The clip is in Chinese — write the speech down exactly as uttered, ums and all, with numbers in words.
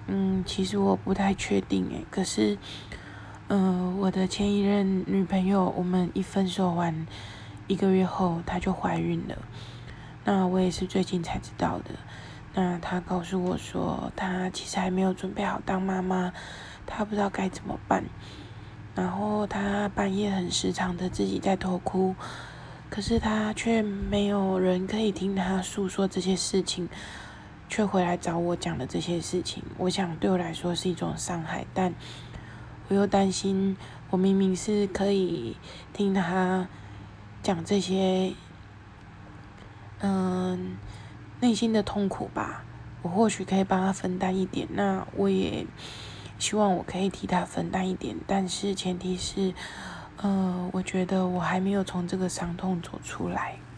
嗯，其实我不太确定诶，可是，呃，我的前一任女朋友，我们一分手完一个月后，她就怀孕了。那我也是最近才知道的。那她告诉我说，她其实还没有准备好当妈妈，她不知道该怎么办。然后她半夜很时常的自己在偷哭，可是她却没有人可以听她诉说这些事情。却回来找我讲了这些事情，我想对我来说是一种伤害，但我又担心，我明明是可以听他讲这些，嗯，内心的痛苦吧，我或许可以帮他分担一点，那我也希望我可以替他分担一点，但是前提是，呃，我觉得我还没有从这个伤痛走出来。